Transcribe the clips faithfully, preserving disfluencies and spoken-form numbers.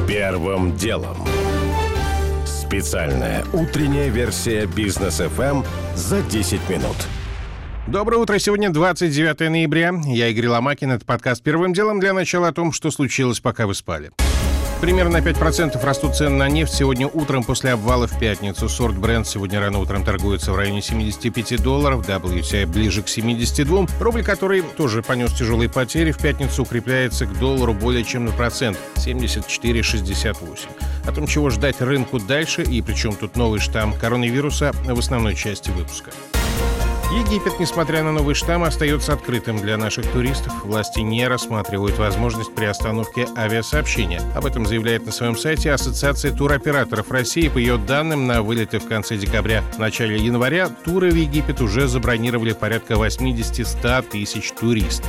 Первым делом. Специальная утренняя версия Бизнес эф эм за десять минут. Доброе утро. Сегодня двадцать девятое ноября. Я Игорь Ломакин. Это подкаст «Первым делом». Для начала о том, что случилось, пока вы спали. Примерно на пять процентов растут цены на нефть сегодня утром после обвала в пятницу. Сорт Brent сегодня рано утром торгуется в районе семьдесят пять долларов, дабл ю ти ай ближе к семидесяти двум. Рубль, который тоже понес тяжелые потери, в пятницу укрепляется к доллару более чем на процент – семьдесят четыре шестьдесят восемь. О том, чего ждать рынку дальше и причем тут новый штамм коронавируса, в основной части выпуска. Египет, несмотря на новый штамм, остается открытым для наших туристов. Власти не рассматривают возможность приостановки авиасообщения. Об этом заявляет на своем сайте Ассоциация туроператоров России. По ее данным, на вылеты в конце декабря, в начале января туры в Египет уже забронировали порядка восемьдесят-сто тысяч туристов.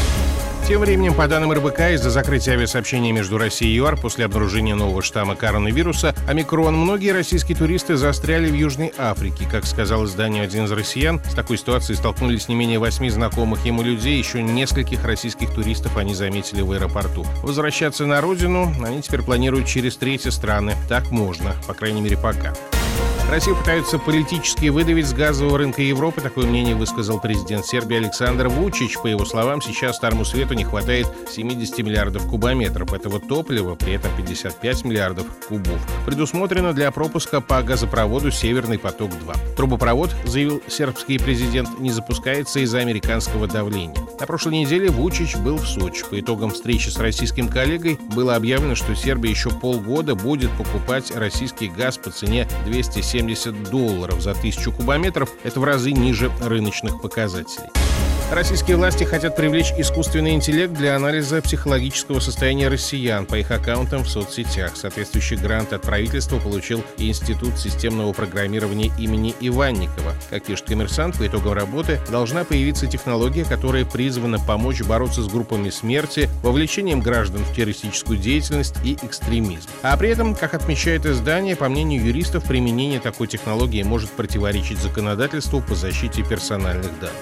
Тем временем, по данным эр бэ ка, из-за закрытия авиасообщения между Россией и ЮАР после обнаружения нового штамма коронавируса омикрон, многие российские туристы застряли в Южной Африке. Как сказал изданию один из россиян, с такой ситуацией столкнулись не менее восьми знакомых ему людей. Еще нескольких российских туристов они заметили в аэропорту. Возвращаться на родину они теперь планируют через третьи страны. Так можно, по крайней мере, пока. Россию пытаются политически выдавить с газового рынка Европы. Такое мнение высказал президент Сербии Александр Вучич. По его словам, сейчас Старому Свету не хватает семьдесят миллиардов кубометров этого топлива, при этом пятьдесят пять миллиардов кубов. Предусмотрено для пропуска по газопроводу «Северный поток-два». Трубопровод, заявил сербский президент, не запускается из-за американского давления. На прошлой неделе Вучич был в Сочи. По итогам встречи с российским коллегой было объявлено, что Сербия еще полгода будет покупать российский газ по цене двести семьдесят долларов за тысячу кубометров. Это в разы ниже рыночных показателей. Российские власти хотят привлечь искусственный интеллект для анализа психологического состояния россиян по их аккаунтам в соцсетях. Соответствующий грант от правительства получил и Институт системного программирования имени Иванникова. Как пишет «Коммерсант», по итогам работы должна появиться технология, которая призвана помочь бороться с группами смерти, вовлечением граждан в террористическую деятельность и экстремизм. А при этом, как отмечает издание, по мнению юристов, применение такой технологии может противоречить законодательству по защите персональных данных.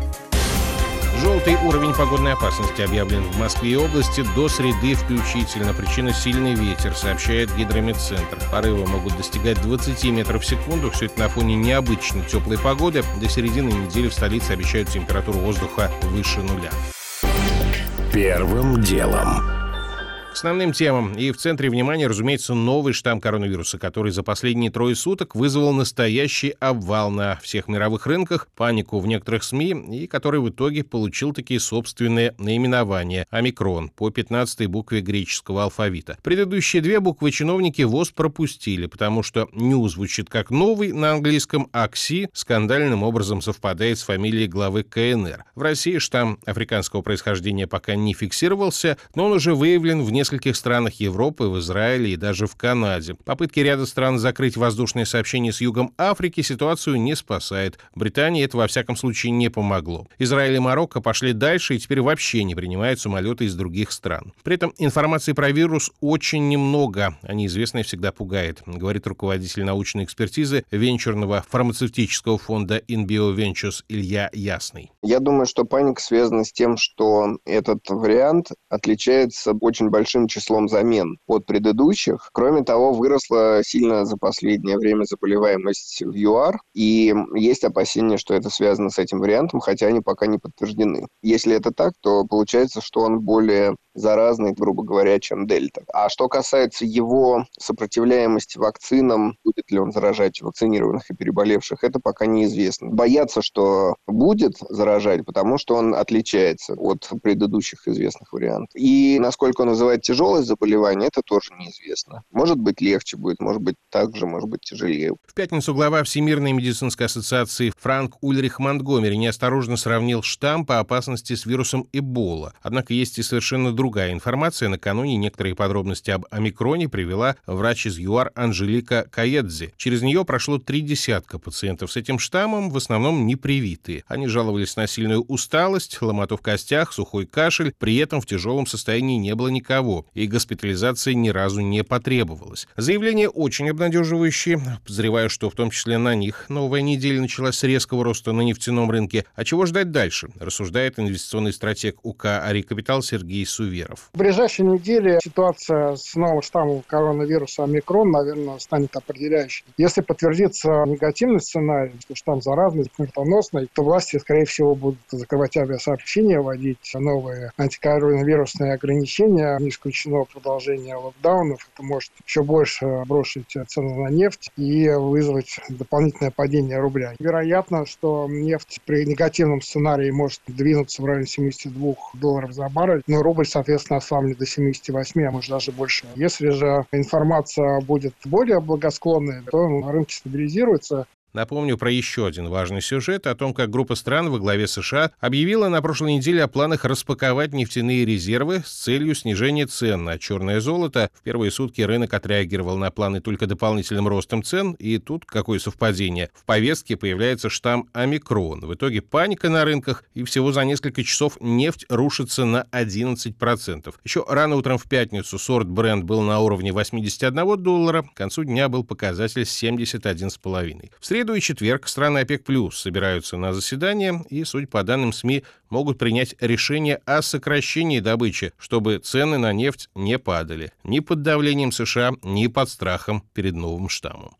Желтый уровень погодной опасности объявлен в Москве и области до среды включительно. Причина — сильный ветер, сообщает Гидрометцентр. Порывы могут достигать двадцати метров в секунду. Все это на фоне необычно теплой погоды. До середины недели в столице обещают температуру воздуха выше нуля. Первым делом. К основным темам. И в центре внимания, разумеется, новый штамм коронавируса, который за последние трое суток вызвал настоящий обвал на всех мировых рынках, панику в некоторых СМИ, и который в итоге получил такие собственные наименования — омикрон, по пятнадцатой букве греческого алфавита. Предыдущие две буквы чиновники ВОЗ пропустили, потому что «нью» звучит как «новый» на английском, а «кси» скандальным образом совпадает с фамилией главы ка эн эр. В России штамм африканского происхождения пока не фиксировался, но он уже выявлен в нескольких В нескольких странах Европы, в Израиле и даже в Канаде. Попытки ряда стран закрыть воздушные сообщения с югом Африки ситуацию не спасает. Британии это во всяком случае не помогло. Израиль и Марокко пошли дальше и теперь вообще не принимают самолеты из других стран. При этом информации про вирус очень немного, а неизвестное всегда пугает, говорит руководитель научной экспертизы венчурного фармацевтического фонда InBio Ventures Илья Ясный. Я думаю, что паника связана с тем, что этот вариант отличается очень большим числом замен от предыдущих. Кроме того, выросла сильно за последнее время заболеваемость в ЮАР, и есть опасения, что это связано с этим вариантом, хотя они пока не подтверждены. Если это так, то получается, что он более заразный, грубо говоря, чем дельта. А что касается его сопротивляемости вакцинам, будет ли он заражать вакцинированных и переболевших, это пока неизвестно. Боятся, что будет заражать, потому что он отличается от предыдущих известных вариантов. И насколько он вызывает тяжелое заболевание, это тоже неизвестно. Может быть, легче будет, может быть, так же, может быть, тяжелее. В пятницу глава Всемирной медицинской ассоциации Франк Ульрих Монтгомери неосторожно сравнил штамм по опасности с вирусом Эбола. Однако есть и совершенно другая информация. Накануне некоторые подробности об омикроне привела врач из ЮАР Анжелика Каедзе. Через нее прошло три десятка пациентов с этим штаммом, в основном непривитые. Они жаловались на сильную усталость, ломоту в костях, сухой кашель. При этом в тяжелом состоянии не было никого. ничего, и госпитализации ни разу не потребовалось. Заявления очень обнадеживающие. Подозреваю, что в том числе на них новая неделя началась с резкого роста на нефтяном рынке. А чего ждать дальше, рассуждает инвестиционный стратег УК «Ари Капитал» Сергей Суверов. В ближайшие недели ситуация с новым штаммом коронавируса омикрон, наверное, станет определяющей. Если подтвердится негативный сценарий, что штамм заразный, смертоносный, то власти, скорее всего, будут закрывать авиасообщения, вводить новые антикоронавирусные ограничения. Не исключено продолжение локдаунов. Это может еще больше бросить цены на нефть и вызвать дополнительное падение рубля. Вероятно, что нефть при негативном сценарии может двинуться в районе семидесяти двух долларов за баррель, но рубль, соответственно, ослаблен до семидесяти восьми, а может даже больше. Если же информация будет более благосклонной, то рынки стабилизируются. Напомню про еще один важный сюжет о том, как группа стран во главе США объявила на прошлой неделе о планах распаковать нефтяные резервы с целью снижения цен на черное золото. В первые сутки рынок отреагировал на планы только дополнительным ростом цен, и тут какое совпадение. В повестке появляется штамм омикрон. В итоге паника на рынках, и всего за несколько часов нефть рушится на одиннадцать процентов. Еще рано утром в пятницу сорт Brent был на уровне восемьдесят один доллара, к концу дня был показатель семьдесят один целых пять десятых. В среду и четверг страны ОПЕК+ собираются на заседание и, судя по данным СМИ, могут принять решение о сокращении добычи, чтобы цены на нефть не падали ни под давлением США, ни под страхом перед новым штаммом.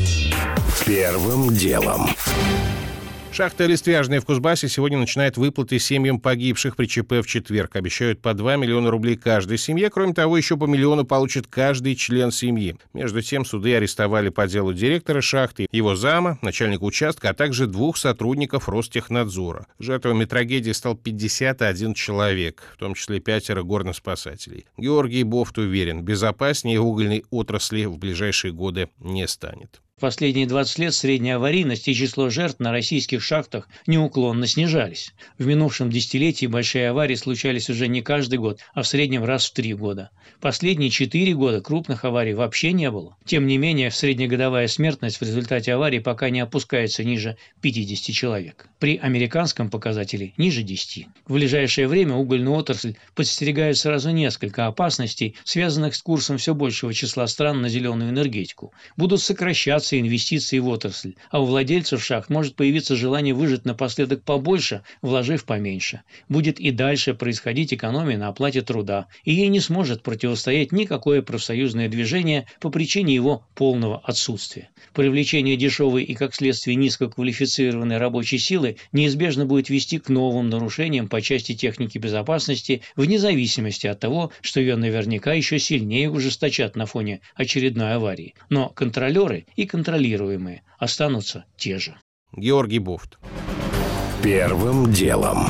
Первым делом. Шахта «Листвяжная» в Кузбассе сегодня начинает выплаты семьям погибших при ЧП в четверг. Обещают по два миллиона рублей каждой семье. Кроме того, еще по миллиону получит каждый член семьи. Между тем, суды арестовали по делу директора шахты, его зама, начальника участка, а также двух сотрудников Ростехнадзора. Жертвами трагедии стал пятьдесят один человек, в том числе пятеро горноспасателей. Георгий Бофт уверен, безопаснее угольной отрасли в ближайшие годы не станет. В последние двадцать лет средняя аварийность и число жертв на российских шахтах неуклонно снижались. В минувшем десятилетии большие аварии случались уже не каждый год, а в среднем раз в три года. Последние четыре года крупных аварий вообще не было. Тем не менее, среднегодовая смертность в результате аварий пока не опускается ниже пятидесяти человек. При американском показателе ниже десяти. В ближайшее время угольную отрасль подстерегает сразу несколько опасностей, связанных с курсом все большего числа стран на зеленую энергетику. Будут сокращаться инвестиции в отрасль, а у владельцев шахт может появиться желание выжать напоследок побольше, вложив поменьше. Будет и дальше происходить экономия на оплате труда, и ей не сможет противостоять никакое профсоюзное движение по причине его полного отсутствия. Привлечение дешевой и, как следствие, низкоквалифицированной рабочей силы неизбежно будет вести к новым нарушениям по части техники безопасности, вне зависимости от того, что ее наверняка еще сильнее ужесточат на фоне очередной аварии. Но контролеры и контролируемые останутся те же. Георгий Бофт. Первым делом.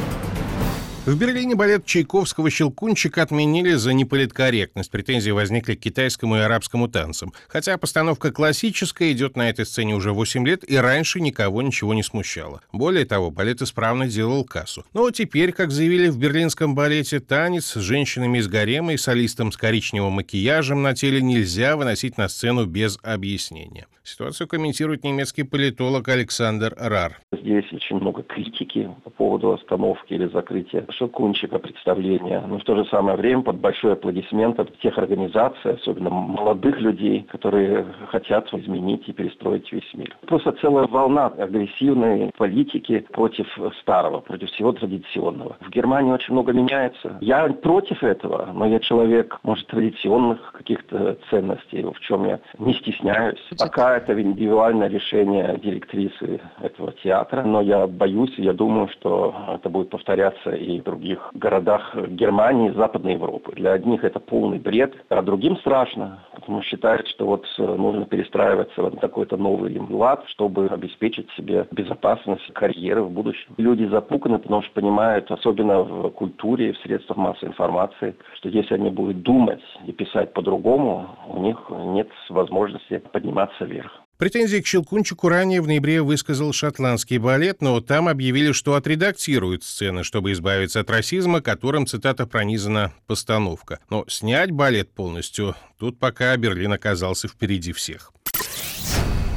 В Берлине балет Чайковского «Щелкунчик» отменили за неполиткорректность. Претензии возникли к китайскому и арабскому танцам. Хотя постановка классическая, идет на этой сцене уже восемь лет, и раньше никого ничего не смущало. Более того, балет исправно делал кассу. Но теперь, как заявили в берлинском балете, танец с женщинами из гарема и солистом с коричневым макияжем на теле нельзя выносить на сцену без объяснения. Ситуацию комментирует немецкий политолог Александр Рар. Здесь очень много критики по поводу остановки или закрытия «Щелкунчика» представления. Но в то же самое время под большой аплодисмент от тех организаций, особенно молодых людей, которые хотят изменить и перестроить весь мир. Просто целая волна агрессивной политики против старого, против всего традиционного. В Германии очень много меняется. Я против этого, но я человек, может, традиционных каких-то ценностей, в чем я не стесняюсь. Пока это индивидуальное решение директрисы этого театра, но я боюсь, я думаю, что это будет повторяться и в других городах Германии, Западной Европы. Для одних это полный бред, а другим страшно, потому что считают, что вот нужно перестраиваться в какой-то новый лад, чтобы обеспечить себе безопасность карьеры в будущем. Люди запуганы, потому что понимают, особенно в культуре, в средствах массовой информации, что если они будут думать и писать по-другому, у них нет возможности подниматься вверх. Претензии к «Щелкунчику» ранее в ноябре высказал шотландский балет, но там объявили, что отредактируют сцены, чтобы избавиться от расизма, которым, цитата, пронизана постановка. Но снять балет полностью тут пока Берлин оказался впереди всех.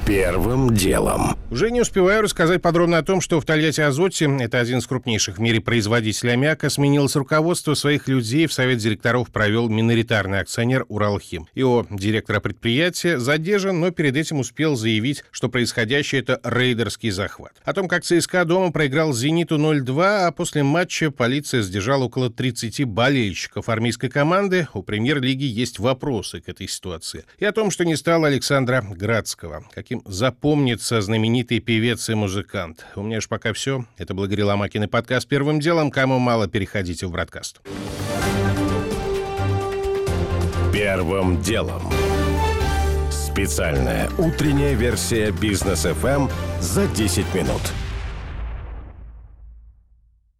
Первым делом. Уже не успеваю рассказать подробно о том, что в Тольятти Азоте, это один из крупнейших в мире производителей аммиака, сменилось руководство, своих людей в совет директоров провел миноритарный акционер «Уралхим». Его директора предприятия задержан, но перед этим успел заявить, что происходящее — это рейдерский захват. О том, как ЦСКА дома проиграл «Зениту» ноль два, а после матча полиция задержала около тридцати болельщиков армейской команды, у премьер-лиги есть вопросы к этой ситуации. И о том, что не стало Александра Градского. Каким запомнится знаменитый певец и музыкант. У меня же пока все. Это был Игорь Ломакин и подкаст «Первым делом». Кому мало, переходите в Бродкаст. Первым делом. Специальная утренняя версия «Бизнес эф эм» за десять минут.